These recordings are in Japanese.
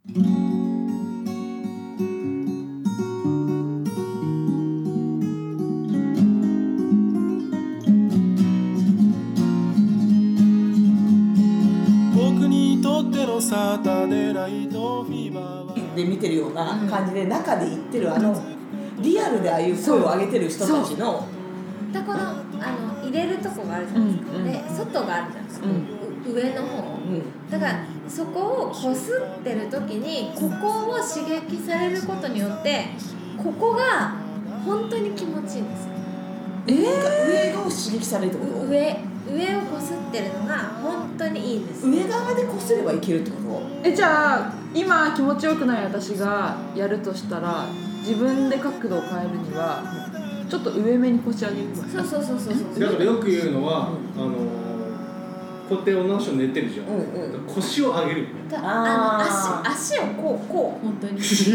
僕にとってのサタデーナイトフィーバーはで見てるような感じで、中で言ってるリアルでああいう声を上げてる人たちのだから入れるとこがあるじゃないですか、で外があるじゃないですか、上の方、だからそこをこすってる時にここを刺激されることによってここが本当に気持ちいいんですよ。 上が刺激されるってこと？ 上をこすってるのが本当にいいんですよ。 上側でこすればいけるってこと？ じゃあ今気持ちよくない私がやるとしたら、自分で角度を変えるにはちょっと上目に腰上げる。 そうだからよく言うのはこうやって女の人寝てるじゃん、腰を上げる。 足をこう本当に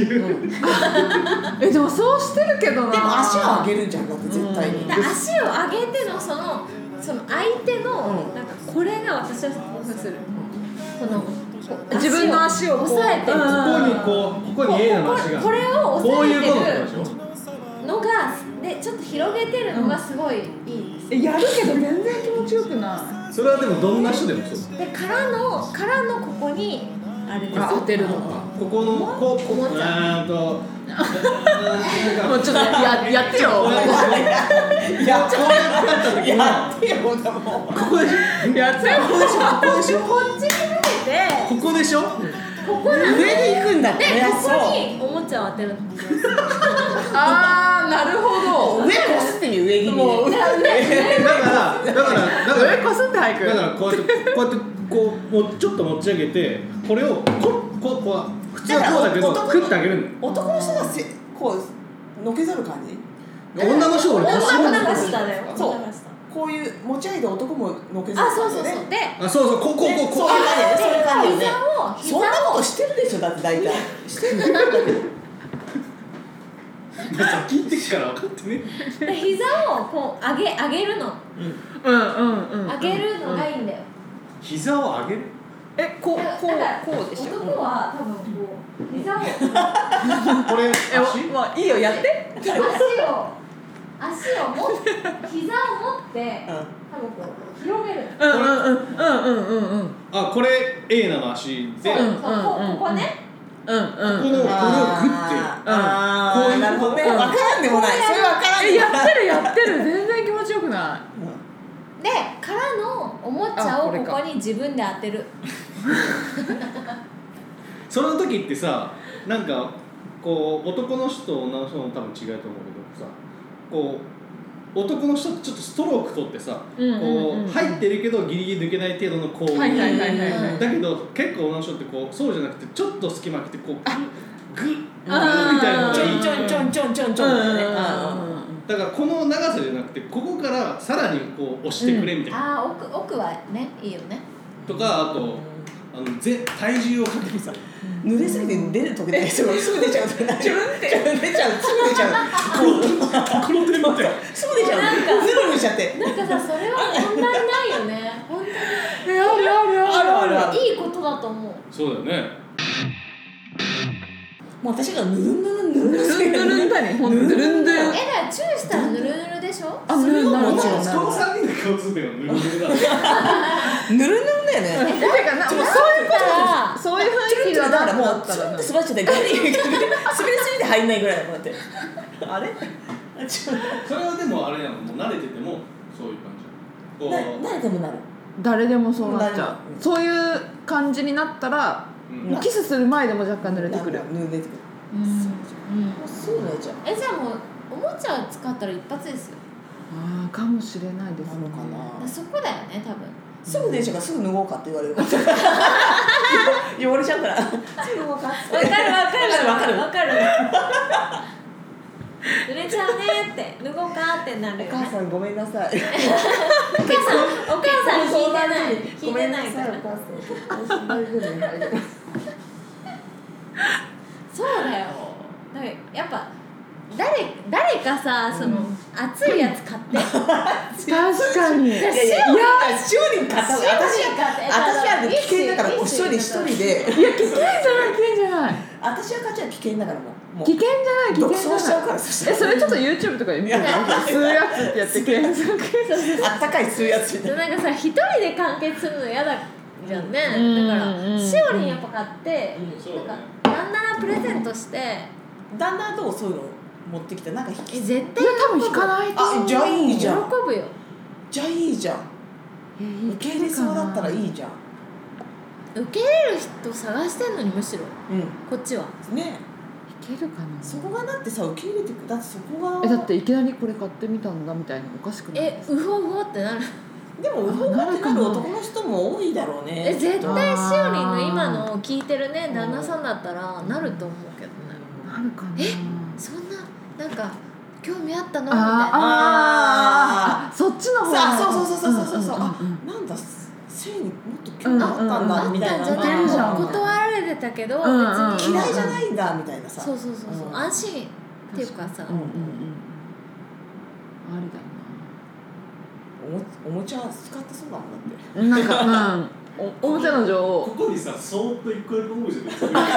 でもそうしてるけどな。 でも足を上げるんじゃん、だって絶対に、 足を上げてのその相手のなんかこれが私は興奮する。この自分の足を押さえてる、 ここに A の足がこれを押さえてるのがでちょっと広げてるのがすごいいいです。 やるけど全然気持ちよくない。 それはでもどんな人でもそうでからのここにあれですよ、 当てるのか。 ここのこう思っちゃう。 もうちょっとやってよ。 やってよ、だもん。 ここでしょ、 やってよ。 こっちに向けてここでしょ、 ここなん上に行くんだって。 でここにおもちゃを当てるんですよ。 なるほど。 上こすってみ、上に。 もうだから上こすって早く。 だからこうやってちょっと持ち上げて、これをこう普通はこうだけどクッてあげるの。 男の人がこうのけざる感じ。 女の人は腰を女が下だよ。 そうこういう持ち上げて男ものけざる感じで。 でそうこうそういう感じよね。 膝そんなことしてるでしょ、だって大体。してる。 先行ってから分かってね。 で膝をこう上げるの。上げるのがいいんだよ。 膝を上げる。 こうでしょ。 男は多分こう膝をこれ足。 まあいいよ、やって。 足を持って膝を持って多分こう広げる。 これ A なの足で。 ここね。 これをグッて。 なるほどね。分からんでもない。それ分からんでもない。 やってる全然気持ちよくない。 でからのおもちゃをここに自分で当てる。 その時ってさ、なんかこう男の人と女の人の多分違いと思うけどさ、こう男の人ってちょっとストローク取ってさ、こう入ってるけどギリギリ抜けない程度のこう、だけど結構女の人ってこうそうじゃなくてちょっと隙間空けてこうグッみたいなのがいい。 ちょんだからこの長さじゃなくてここからさらにこう押してくれみたいな。 奥はねいいよね。 とかあと体重をかけてさ。 濡れすぎて出る時ですぐ出ちゃう。自分で出ちゃう。すぐ出ちゃう。 この手待って。 すぐ出ちゃう。ズルにしちゃって。 なんかさ、それは問題ないよね。本当に。 ある。 いいことだと思う。 そうだよね。 もう私がヌルンだね。 ほんとヌルンヌルン。 だからチューしたらヌルヌルでしょ。 それはもちろん。 この3人で共通点はヌルヌルだ。 ヌルヌルだよね。 そういう雰囲気がだからもうツンってすばっちゃって滑りすぎて入んないぐらいだもんだって。あれ？ それはでもあれやの、もう慣れててもそういう感じ。 慣れてもなる。 誰でもそうなっちゃう。そういう感じになったら、もうキスする前でも若干濡れてくる。 濡れてくる。すぐ濡れちゃう。 じゃあもうおもちゃを使ったら一発ですよ。 かもしれないですね。 そこだよね、多分。 すぐ電車がすぐ脱ごうかって言われる。汚れちゃうから。すぐ脱ごうか。わかる。 濡れちゃうねって脱ごうかってなるよね。 お母さんごめんなさい。 お母さん聞いてないから。そうだよ。だからやっぱ誰かさ、その熱いやつ買って。 確かに。 いや塩に買った。私は危険だから一人で。 いや危険じゃない。 ない私は勝ちは危険だからもう危険じゃない危独険じゃない走しちゃうからそれちょっと YouTube とかで見てる吸うやつってやって検索あったかい吸うやつみたいななんかさ一人で完結するの嫌だじゃんね、だからしおりんやっぱ買って、なんかなんならプレゼントしてだんだんどうそういうの持ってきたなんか絶対喜ぶ多分引かないと思うあじゃあいいじ喜ゃんぶよ。 じゃあいいじゃん受け入れそうだったらいいじゃん受け入れる人探してんのにむしろこっちはねいけるかなそこがだってさ受け入れてくだってそこがだっていきなりこれ買ってみたんだみたいなおかしくないですかうほうほってなる。 でもうほうほってなる男の人も多いだろうね絶対しおりんの今の聞いてるね旦那さんだったらなると思うけどね。 なるかなそんななんか興味あったのみたいな。 あそっちの方さあそうあうんうんなんだ性にもっと興味あったんだみたいなじゃないいいじゃん断られてたけど別うんうんに嫌いじゃないんだみたいなさそう安心っていうかさうんうんうんありだおもちゃ使ってそうだもんだってななんかおもちゃの女王ここにさそーっと一個やると思うじゃないですか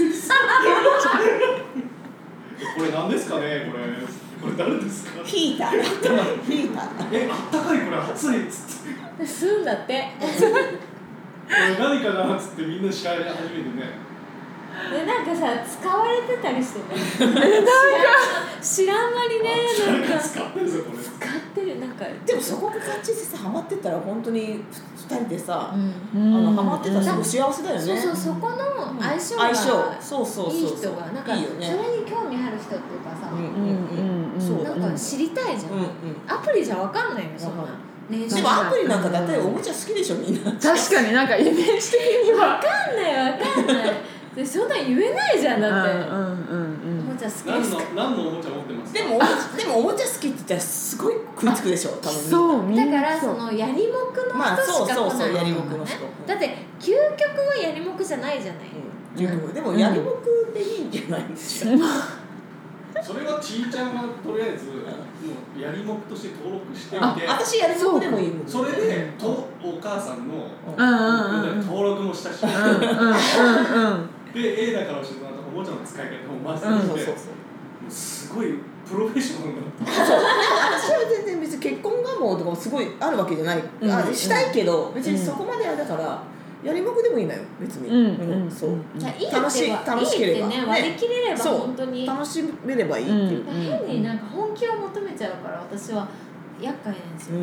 これ何ですかねこれ誰ですかヒーターヒーターあったかいこれ熱いっつって吸うんだってこれ何かなっつってみんな調べ始めてねでなんかさ使われてたりしてね知らん間にねなんか使ってるぞこれ使ってるなんかでもそこが感じでさハマってったら本当に2人でさうんハマってたらすごい幸せだよねそこの相性相性がそういい人がなんかいいよねそれに興味ある人っていうかさそうだなんか知りたいじゃんアプリじゃ分かんないよそんな練習でもアプリなんかだったらおもちゃ好きでしょみんな確かになんかイメージ的には分かんないでそんなん言えないじゃんだっておもちゃ好きですか何のおもちゃ持ってますかでもおもちゃ好きって言ったらすごい食いつくでしょ多分そうみんなだからそのやりもくのまあ人しか来ないやりもくの人だって究極はやりもくじゃないじゃないでもやりもくでいいんじゃないそれはちーちゃんがとりあえずもうやりもくとして登録してみて私やりもくでもいいもんそれでお母さんの登録もしたしで A だから教えてもらったおもちゃの使い方もマスターしてすごいプロフェッショナルだった私は全然別に結婚願望とかもすごいあるわけじゃないしたいけど別にそこまであれだからやりもくでもいいのよ別にそうじゃあいい楽しければいいってね割り切れれば本当に楽しめればいいっていう変になんか本気を求めちゃうから私は厄介なんですよ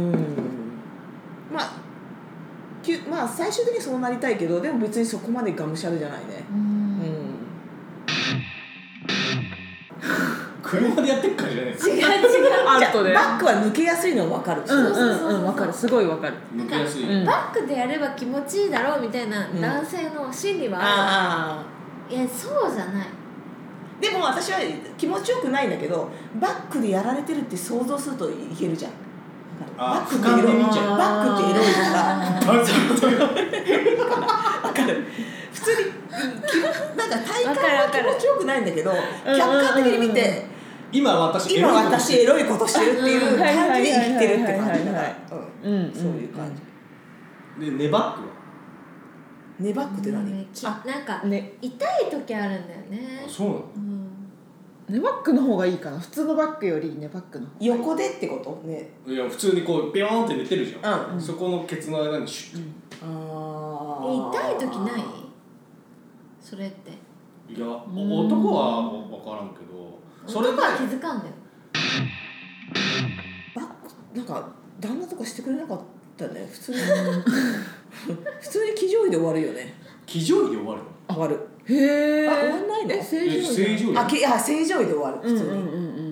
まあ最終的にそうなりたいけどでも別にそこまでがむしゃらじゃないね車でやってるからじゃないですか違うアートでバックは抜けやすいの分かるわかるすごいわかる抜けやすいバックでやれば気持ちいいだろうみたいな男性の心理はあるいやそうじゃないでも私は気持ちよくないんだけどバックでやられてるって想像するといけるじゃんバックってエロいから分かる普通になんか体感は気持ちよくないんだけど客観的に見て今私エロいことしてるっていう感じで生きてるって感じだからそういう感じでネバックはネバックって何なんかね痛い時あるんだよねそうなのネバックの方がいいかな普通のバッグよりネバックの横でってことねいや普通にこうピヨーンって寝てるじゃんそこのケツの間にシュッ痛い時ないそれっていや男は分からんけどそれで男は気づかんだよバックなんか旦那とかしてくれなかったね普通に普通に騎乗位で終わるよね騎乗位で終わるの終わるへえ終わんないの正常正常位正常位で終わる普通に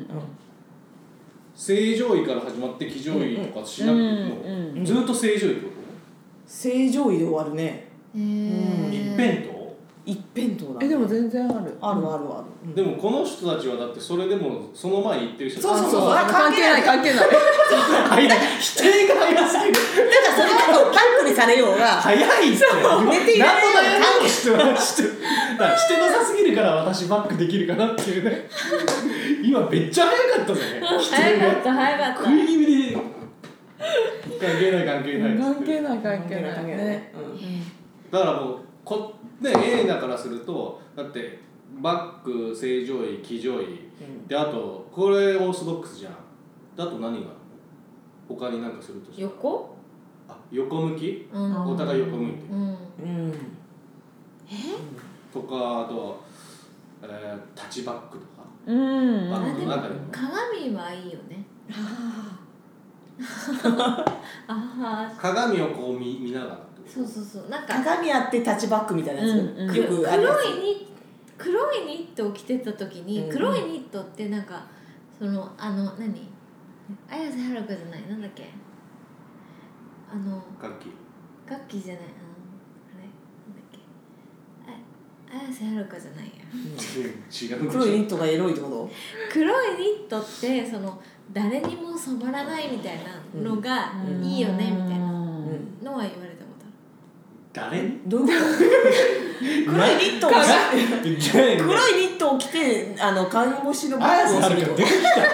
正常位から始まって騎乗位とかしなくてもずっと正常位ってこと正常位で終わるね一辺倒一辺倒だねでも全然あるあるでもこの人たちはだってそれでもその前に言ってる人そう関係ない関係ない否定が早すぎるだからそれがバックにされようが早いって寝ていられようが何のしてなさすぎるから私バックできるかなっていうね今めっちゃ早かったぜ早かった食い気味で関係ない関係ないねだからもうで A だからするとだってバック正常位騎乗位、であとこれオーソドックスじゃん。だと何があるの？他に何かするとしたら横？ 横向き、お互い横向いて、とかあと、タッチバックとか、バックの中でも鏡はいいよね。 鏡をこう 見ながらってこと。 そうなんか鏡あってタッチバックみたいなやつ、よくあるやつ。 黒いニットを着てた時に、黒いニットってなんか何綾瀬はるかじゃない、なんだっけ、楽器じゃない、あれなんだっけ、綾瀬はるかじゃないや、 違う。 黒いニットがエロいってこと？ 黒いニットって誰にも染まらないみたいなのがいいよねみたいなのは言われたことある。 誰に？ どういうこと？黒いニットを黒いニットを着て看護師のバッグをするってこと？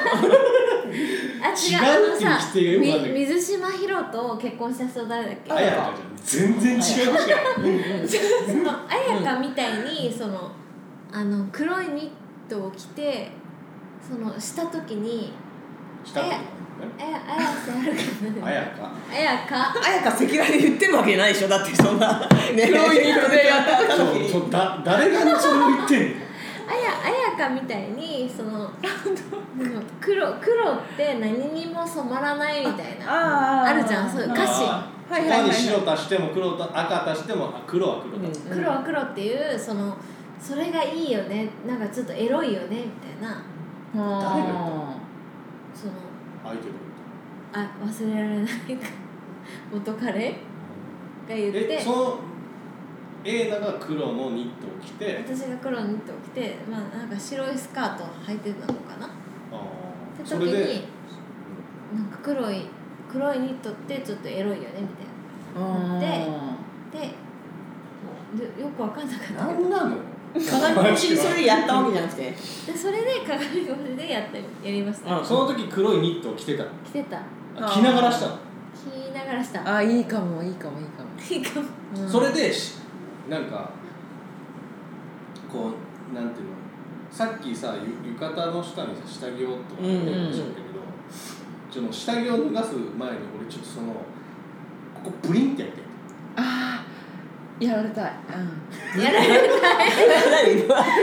違うさ、水島ヒロと結婚した人誰だっけ？ 綾香じゃん。全然違うじゃん。 綾香みたいに黒いニットを着てした時に綾瀬はるか綾香赤裸々に言ってるわけないでしょ。だってそんな黒いニットでやった時に誰がそれを言ってんの？ 綾香みたいに黒って何にも染まらないみたいなあるじゃん、そういう歌詞。 そこに白足しても黒と赤足しても黒は黒だ、 黒は黒っていうそれがいいよね、なんかちょっとエロいよねみたいな。 誰が言ったの？相手が忘れられない元彼が言って、 その A だが黒のニットを着て、 私が黒のニットを着て、なんか白いスカートを履いてたのかなって時に、なんか黒いニットってちょっとエロいよねみたいな思って、でよく分かんなかったけど、 何なの？ 鏡越しにそれでやったわけじゃなくて、 でそれで鏡越しでやりました。 その時黒いニットを着てたの？ 着てた。 着ながらしたの？ 着ながらした。 いいかも、 それでなんかこうなんていうの、さっきさ浴衣の下に下着をとか言ってるんでしょうけど、下着を脱がす前に俺ちょっとここブリンってやって。 やられたい。 やられたい。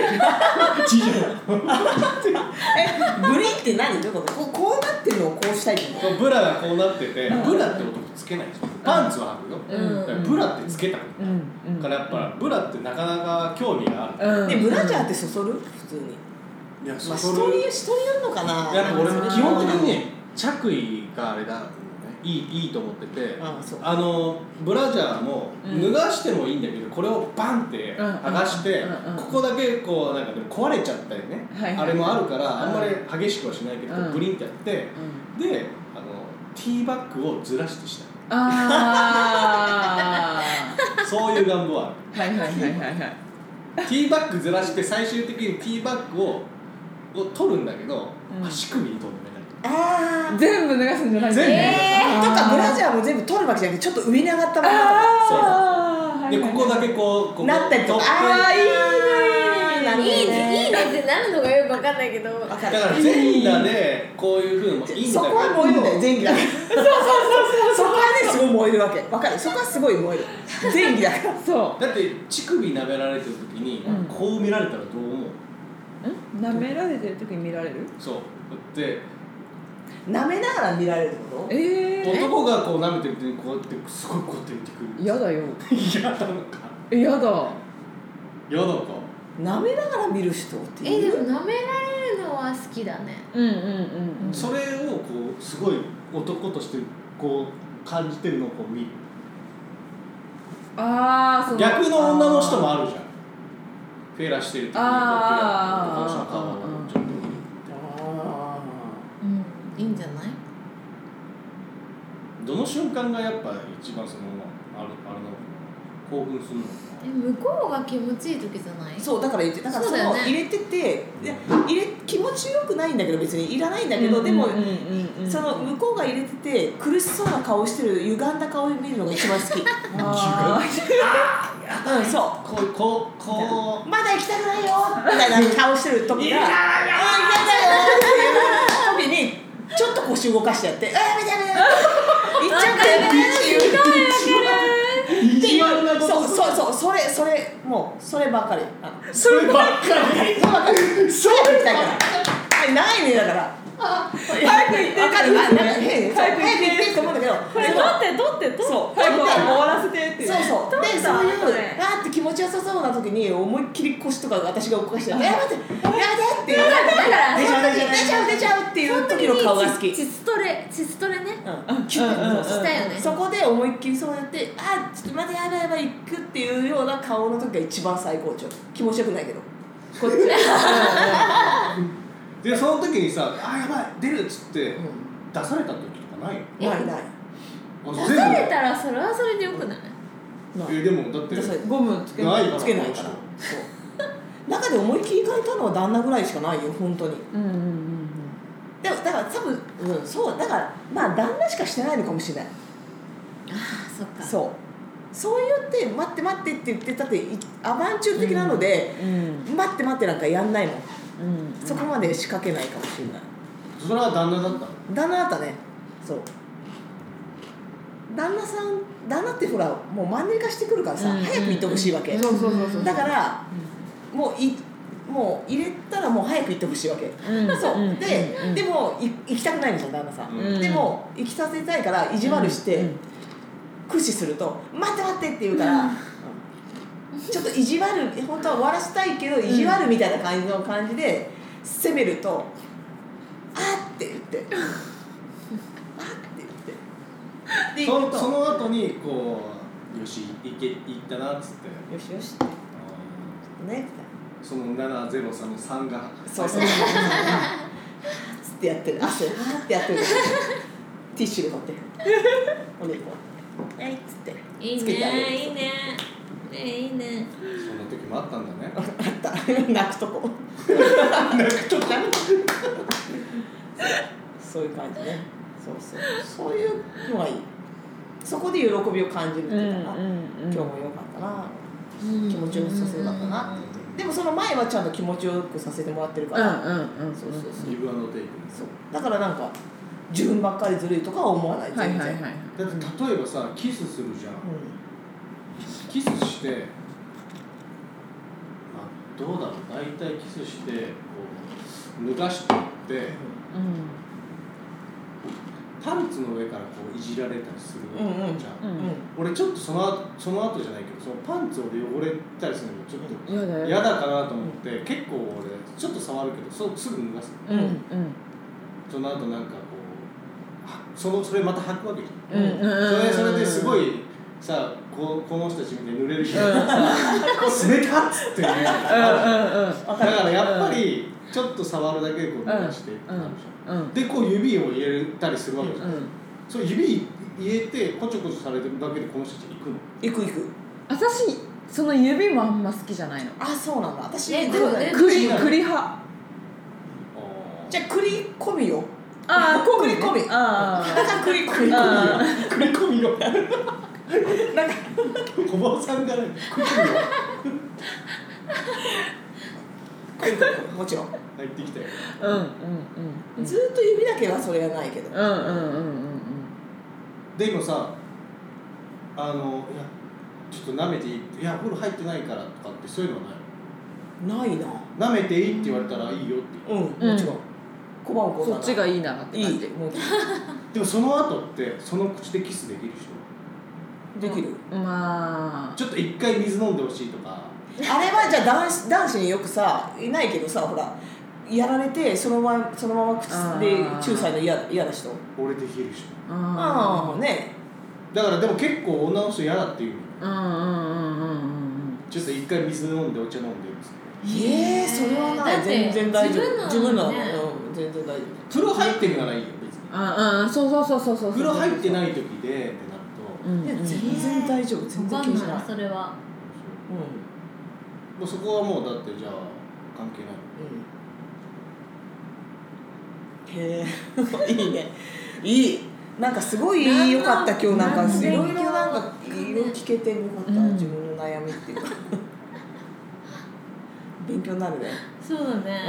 ブリンって何？どういうこと？こうなってるのをこうしたいってこと？ ブラがこうなってて、ブラって男つけないでしょ。パンツはあるよ。ブラってつけたの。からやっぱブラってなかなか興味がある。 でブラジャーってそそる？普通に。 いや、 人によるのかな。 やっぱ俺基本的にね、着衣があれだ。いいと思ってて、ブラジャーも脱がしてもいいんだけど、これをバンって剥がして、ここだけこうなんかでも壊れちゃったりね、あれもあるからあんまり激しくはしないけど、ブリンってやって、でティーバッグをずらしてした。そういう願望はある。ティーバッグずらして最終的にティーバッグを取るんだけど、足首に取るんだよね。 全部脱がすんじゃないんだとかブラジャーも全部取るわけじゃなくてちょっと上に上がったままでここだけこうなったりとか、 いいねってなるのがよく分かんないけど、 だから全裸でこういう風のもいいんだけど、 そこは燃えるんだよ、前儀だからそこはねすごい燃えるわけ、分かる、そこはすごい燃える前儀だから。 そうだって乳首舐められてる時にこう見られたらどう思う？ 舐められてる時に見られる？ そうで舐めながら見られるってこと？ 男がこう舐めてる時にこうやってすごいこうやって見てくる。 嫌だよ。 嫌だのか。 嫌だ。 嫌だか。 舐めながら見る人ってでも舐められるのは好きだね。 それをこうすごい男としてこう感じてるのをこう見る。逆の女の人もあるじゃん。フェラしてる時にこう男の人の顔をちょっと見る。 いいんじゃない？ どの瞬間がやっぱ一番あれなの興奮するのかな？ 向こうが気持ちいい時じゃない？ そうだからだから入れてて気持ちよくないんだけど別にいらないんだけど、でもその向こうが入れてて苦しそうな顔してる歪んだ顔を見るのが一番好き。 そうこうまだ行きたくないよみたいな顔してる時が嫌だよっていう時にちょっと腰動かしてやってやめてやめて行っちゃうからねっていう意地悪なことそうそれもうそればっかりそればっかりそう行きたいからないねだから早く行って分かるなんか早く行ってって思うんだけどこれ取ってそう早く終わらせてっていうそうそうでそういう後でわーって気持ちよさそうな時に思いっきり腰とか私が動かしてやめてっていうだから出ちゃうっていう時の顔が好きチストレねキュッてしたよねそこで思いっきりそうやってあちょっと待ってやばい行くっていうような顔の時が一番最高潮気持ちよくないけどこっちでその時にさやばい出るっつって出された時とかないない出されたらそれはそれでよくないでもだってゴムつけないからつけないからそう中で思いっきり変えたのは旦那ぐらいしかないよ本当にでもだから多分、そうだからまあ旦那しかしてないのかもしれないそっかそう言って待ってって言ってたってアバンチュール的なので、待ってなんかやんないもん、そこまで仕掛けないかもしれないそれは旦那だったの旦那だったねそう旦那ってほらもうマンネリ化してくるからさ、早く行ってほしいわけそうだからもう入れたらもう早く行ってほしいわけ、そうで、でも行きたくないんですよ旦那さん、でも行きさせたいから意地悪して、駆使すると待ってって言うから、ちょっと意地悪本当は終わらせたいけど意地悪みたいな感じで攻めるとあって言ってでその後にこうよし行ったなっつってよしねその703の3がそうつってやってる汗ってやってるティッシュで取っておでこはいっつっていいつけてあげるねいいねそんな時もあったんだねあった泣くとこそういう感じねそういうのがいいそこで喜びを感じるっていうかな、今日も良かったな、気持ちよさそうだったな、でもその前はちゃんと気持ちよくさせてもらってるからそうギブアンドテイクだからなんか自分ばっかりずるいとかは思わない全然、 だって例えばさキスするじゃん、キスしてどうだろう大体キスしてこう脱がしていって、パンツの上からこういじられたりするじゃん、俺ちょっとその後じゃないけどそのパンツを汚れたりするのもちょっと嫌だかなと思って、結構俺ちょっと触るけどすぐ脱がす、その後なんかこうそれまた履くわけじゃん、それですごいさこの人たちみたいに濡れる人がさ冷たっつってねだからやっぱりちょっと触るだけでこう脱がしてってなるじゃん、でこう指を入れたりするわけじゃん、そう指入れてコチョコチョされてるだけでこの人たち行くの行く私その指もあんま好きじゃないのそうなんだ私栗派じゃあ栗込みよ栗込み栗込みよなんかおばあさんがね栗込みよもちろん入ってきたよずっと指だけはそれはないけどでもさいやちょっと舐めていいっていや風呂入ってないからとかってそういうのはないな舐めていいって言われたらいいよってもちろん小判子そっちがいいなって感じでもその後ってその口でキスできる人できるちょっと一回水飲んでほしいとかあれはじゃあ男子によくさいないけどさほらやられてそのまま口でチューされるの嫌な人俺できる人ねだからでも結構女の人嫌だっていうちょっと一回水飲んでお茶飲んでそれはない全然大丈夫自分の全然大丈夫風呂入ってるならいいよ別にそう風呂入ってない時でってなると全然大丈夫全然気にしないそれはもうそこはもうだってじゃあ関係ないいいねいいなんかすごい良かった今日なんかいろいろなんかいろいろ聞けてよかった自分の悩みっていうか勉強になるね。 そうだね、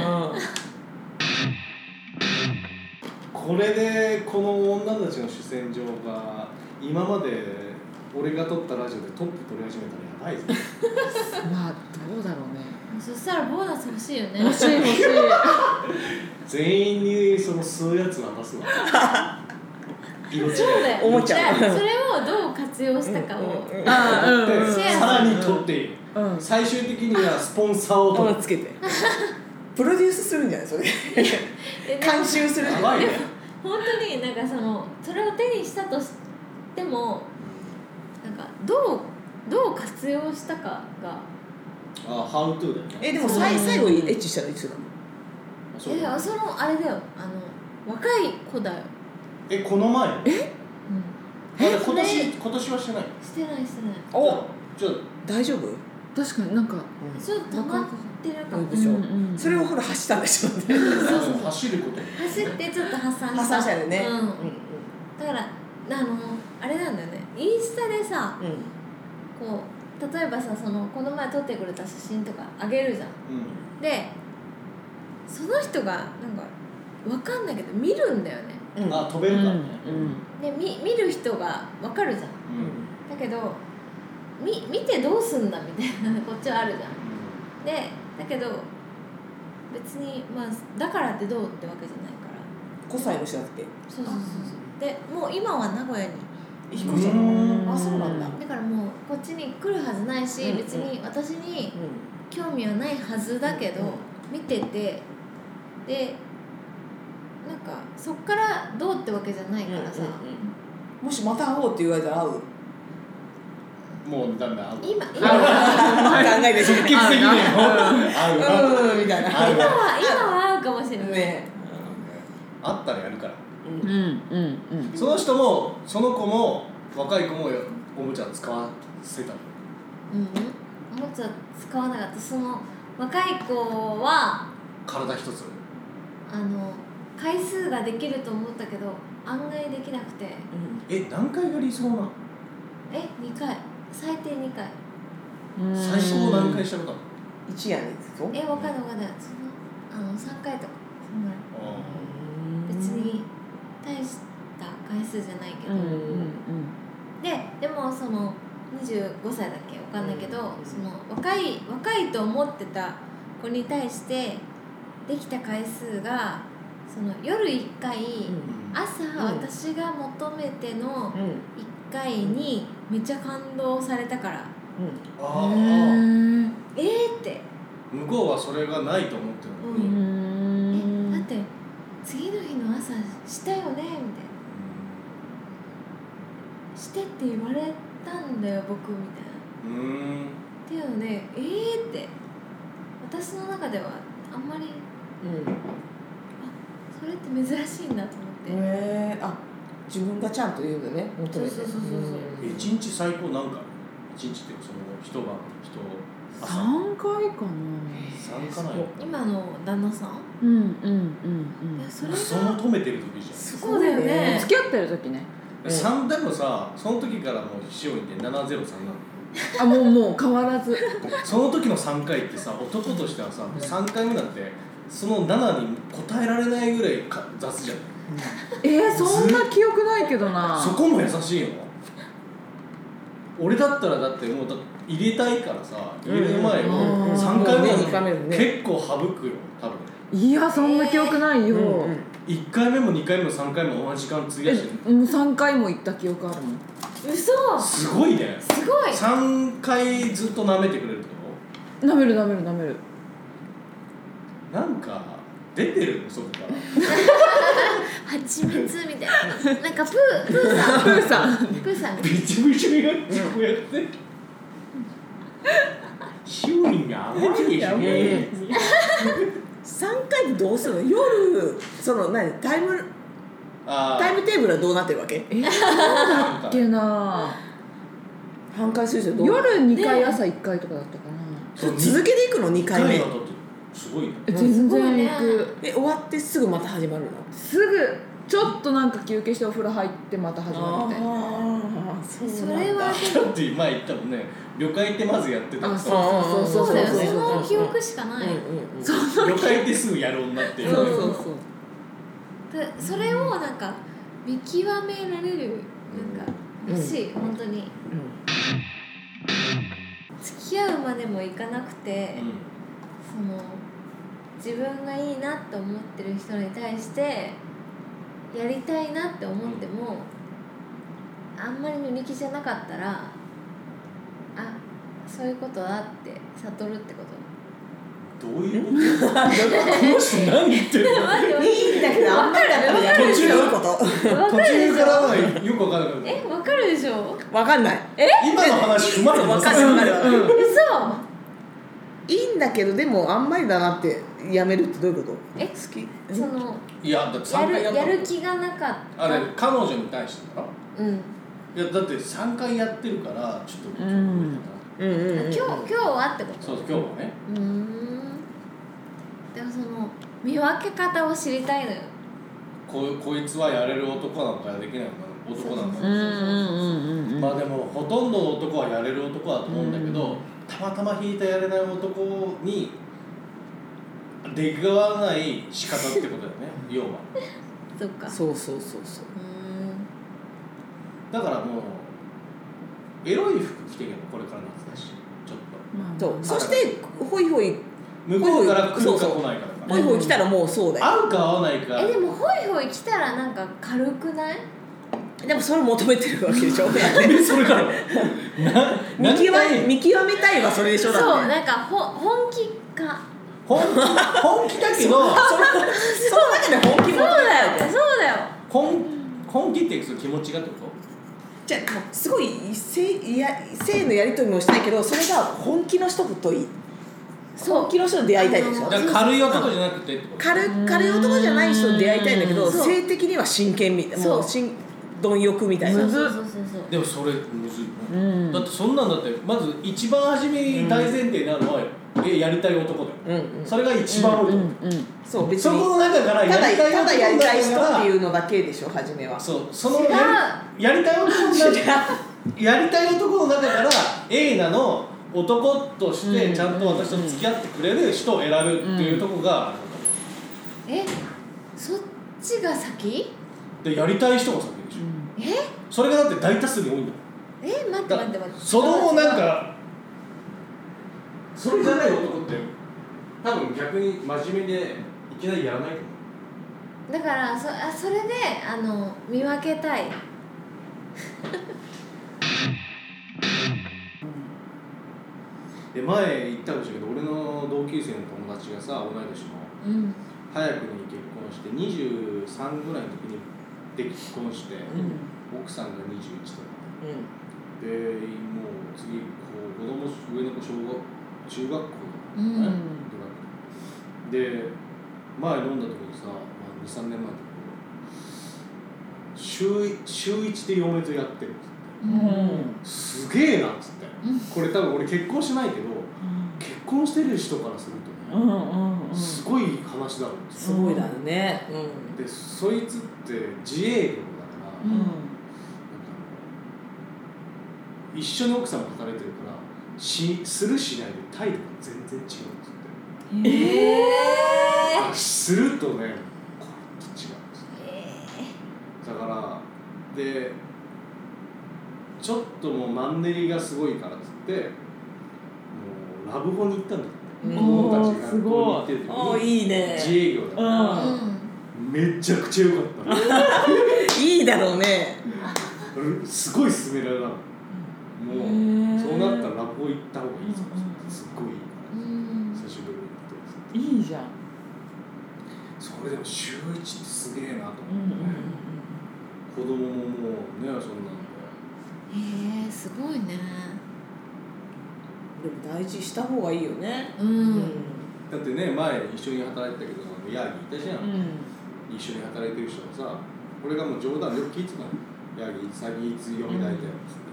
これでこの女たちの主戦場が今まで俺が撮ったラジオでトップ取り始めたらやばいぞまあどうだろうね。 そしたらボーナス欲しいよね。 欲しい欲しい。 全員にその吸うやつ渡すわ色違いそうだよ。 思っちゃうじゃあそれをどう活用したかを、 ああうんうん。 シェアさらに取っている、 うん最終的にはスポンサーを取るつけてプロデュースするんじゃないそれ監修するんじゃないやばいね本当になんかそれを手にしたとしてもなんかどう活用したかがハウトゥーだよねでも最後にエッチしたらいつだもん。 あれだよ若い子だよ。 この前今年はしてないしてないしてない。 おじゃあ大丈夫？確かになんかちょっと溜まってるかも。 でしょ、 うんうん、 それをほら走ったんでしょうね走ること走ってちょっと発散した。 発散したよね、 だからあれなんだよね。インスタでさ、こう例えばさこの前撮ってくれた写真とかあげるじゃん。でその人がなんかわかんないけど見るんだよね。 飛べるからね、 で見る人がわかるじゃん。だけど見てどうすんだみたいなこっちはあるじゃん。でだけど別にだからってどうってわけじゃないから 5歳の人だってそうでもう今は名古屋に引っ越したの。あ、そうなんだ。 だからもうこっちに来るはずないし、別に私に興味はないはずだけど、見ててでなんかそっからどうってわけじゃないからさ、 もしまた会おうって言われたら会う。 もうだんだん今考えて積極的に合うみたいな。 今は合うかもしれないね。 あったらやるからその人もその子も若い子もおもちゃ使わせたの。 おもちゃ使わなかった。その若い子は体一つ回数ができると思ったけど案外できなくて、 何回やりそうなの 2回最低2回最初何回したことあるの 1夜ですよ。 わかんない3回とかそんぐらい別に大した回数じゃないけど、でもその25歳だっけわかんないけど、その若いと思ってた子に対してできた回数がその夜1回、朝私が求めての1回にめっちゃ感動されたから、って向こうはそれがないと思ってるのに、 だって次の日の朝したよねみたいな、してって言われたんだよ僕みたいなっていうのでって私の中ではあんまり、それって珍しいんだと思って、 自分がちゃんと言うのね。 そう 1 日最高何回1日っていうかその一晩朝 3回か 3回ない今の旦那さんそれがその止めてる時じゃんそうだよね。 付き合ってる時ね。 3でもさその時からもう塩にって703なのもう変わらずその時の3回ってさ男としてはさ3回目なんてその7に応えられないぐらい雑じゃんそんな記憶ないけどな。 そこも優しいの俺だったらだってもう入れたいからさ入れる前を3回目は結構省くよ多分。 いやそんな記憶ないよ、 1回目も2回目も3回も同じ時間費やしてるもう3回も行った記憶あるもん。 嘘すごいね。 すごい 3回ずっと舐めてくれるってこ舐めるなんか出てるのそこから蜂蜜みたいななんかプーさんビチビチになってこうやってシューリンが甘いでしょ 3回でどうするの？夜タイムテーブルはどうなってるわけ？ どうだっけな。 半回するでしょ。 夜2回朝1回とかだったかな。 続けていくの？2回目すごいね。 全然行く。 終わってすぐまた始まるの？ すぐちょっとなんか休憩してお風呂入ってまた始まるみたいな。 それはだって前言ったもんね、旅館行ってまずやってたらさ、 そうだよ、その記憶しかない。 旅館行ってすぐやろうになってる。 それをなんか見極められるなんか欲しい、本当に。付き合うまでもいかなくて、その自分がいいなって思ってる人に対してやりたいなって思っても、あんまり乗り気じゃなかったら、あ、そういうことだって悟るってこと。 どういうこと？もし何言ってるの？ いいんだけど、あんまりだったらやめるってどういうこと？ 途中からはよくわかんない。 わかるでしょ？ わかんない。 今の話うまくわかる。 嘘。 いいんだけど、でもあんまりだなってやめるってどういうこと？好き？ そのいや、だって3回やったやる気がなかった。 あれ彼女に対してだろ？いやだって3回やってるからちょっと今日はってこと？ そう今日はね。 でもその見分け方を知りたいのよ。 こいつはやれる男なのかできない男なのか。まあでもほとんどの男はやれる男だと思うんだけど、たまたま引いたやれない男に出会わない仕方ってことだよね。要は。 そっか。 そう。 だからもうエロい服着てるのこれから夏だし、ちょっと。 そしてホイホイ向こうから来るか来ないかとか。 ホイホイ来たらもうそうだよ。 合うか合わないか。 でもホイホイ来たらなんか軽くない？ でもそれ求めてるわけでしょ。 それから見極めたいはそれでしょ。だってそう、なんか本気か。 本気だけどその中で本気もそうだよ。 本気って気持ちがってこと？ じゃあすごい性のやり取りもしたいけど、それが本気の人といい。本気の人と出会いたいでしょ。 だから軽い男じゃなくてってこと？軽い男じゃない人と出会いたいんだけど、性的には真剣みたいな、もう貪欲みたいな。 そうでもそれむずいね。だってそんなんだってまず一番初めに大前提になるのはやりたい男だよ。それが一番多いと思う。 そう別にそこの中からただやりたい人男っていうのだけでしょ、初めは。 そう、そのやりたい男の中からAなの男としてちゃんと私と付き合ってくれる人を選ぶっていうところが、 そっちが先？ でやりたい人が先でしょ。それがだって大多数に多いんだ。 待って。 そのなんかそれじゃない男って多分逆に真面目でいきなりやらないと思う。 だからそれで見分けたい。 で前言ったかもしれないけど、俺の同級生の友達がさ、同い年の、早くに結婚して23ぐらいの時に結婚して、奥さんが21とか、でもう次子供上の子中学校だね、で前飲んだ時にさ、2、3年前の時週1で嫁とやってるんですって、すげえなっつって、これ多分俺結婚しないけど、結婚してる人からするとね、すごい話だろう。 すごいだよね。 でそいつって自営業だから、一緒に奥さんも働いてるからするしないで態度が全然違うんですって。するとね、これと違うんです。だからでちょっともうマンネリがすごいからっつってもうラブホに行ったんだって。子供たちが学校に行ってる時にいいね、 自営業だからめちゃくちゃ良かったいいだろうね。 すごい勧められたの。もうそうなったらラブホ行った方がいいぞってすっごいいいから久しぶりに行っていいじゃん。 それでも週1ってすげえなと思ってね、子供ももうね、そんなんすごいね。 でも大事した方がいいよね。 だってね、前一緒に働いてたけどヤーギーいたじゃん、一緒に働いてる人がさ、俺がもう冗談でよく聞いてたの。ヤーギー先いつ嫁抱いてるっつって、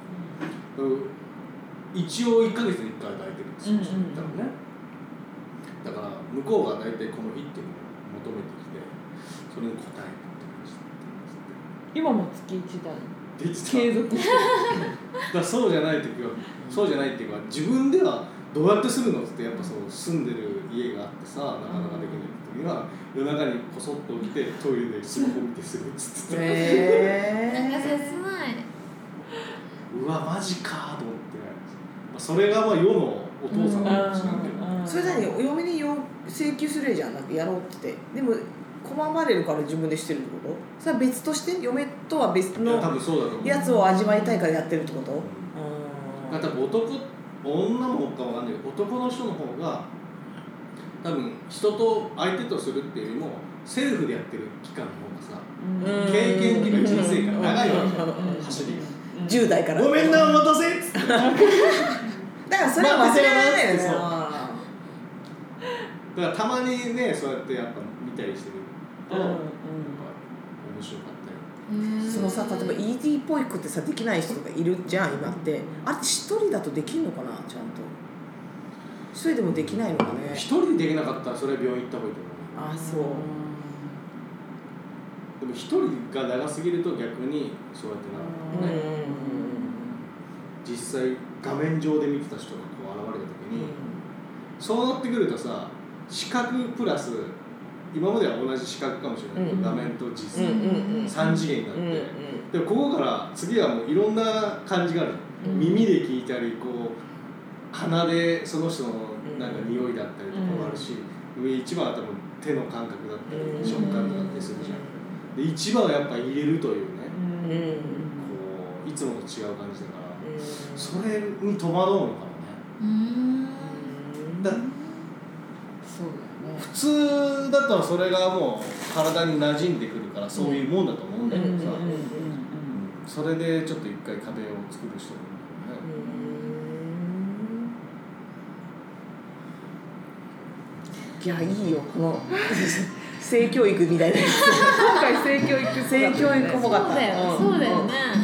一応1ヶ月に1回抱いてるんですよ、言ったのね。だから向こうが大体この日っていうのを求めてきて、それに応えるって感じだった。 今も月1台できた継続してだからそうじゃない時はそうじゃないっていうか自分ではどうやってするのってやっぱそう住んでる家があってさなかなかできない時は夜中にこそっと起きてトイレでスマホ見てするっつってなんか切ない。 うわマジかと思って、それがまあ世のお父さんかもしれんけど、 それ何お嫁に請求するじゃん、なんかやろうってでも拒まれるから自分でしてるってこと？それは別として嫁とは別いや多の分そうだと思うやつを味わいたいからやってるってこと？ 多分女もかわかんないけど男の人の方が多分人と相手とするっていうよりもセルフでやってる期間の方がさ、経験っていうか人生から長いわけじゃん、走りが 10代からごめんなお待たせっつってだからそれは忘れられないよね、 だからたまにねそうやってやっぱ見たりしてると、やっぱ面白かったりそのさ、例えば ED ポイックってさできない人がいるじゃん今って。あれって一人だとできるのかな、ちゃんと一人でもできないのかね。 一人でできなかったらそれは病院行った方がいいと思う。 あ、そうでも一人が長すぎると逆にそうやってなる、ね、実際画面上で見てた人がこう現れた時に、そうなってくるとさ視覚プラス今までは同じ視覚かもしれないけど、画面と実際、3次元になって、でもここから次はもういろんな感じがある、耳で聞いたりこう鼻でその人のなんか匂いだったりとかもあるし、上一番は多分手の感覚だったり食感だったりするじゃん。で一番はやっぱ入れるというね、こういつもと違う感じだから、それに戸惑うのかもね。だそうだよね。 普通だったらそれがもう体に馴染んでくるからそういうもんだと思うんだけどさ、それでちょっと一回壁を作る人もいるんだよね。 いや、いいよこの性教育みたいな今回性教育っぽかったね。 性教育っぽかった。 そうだよね。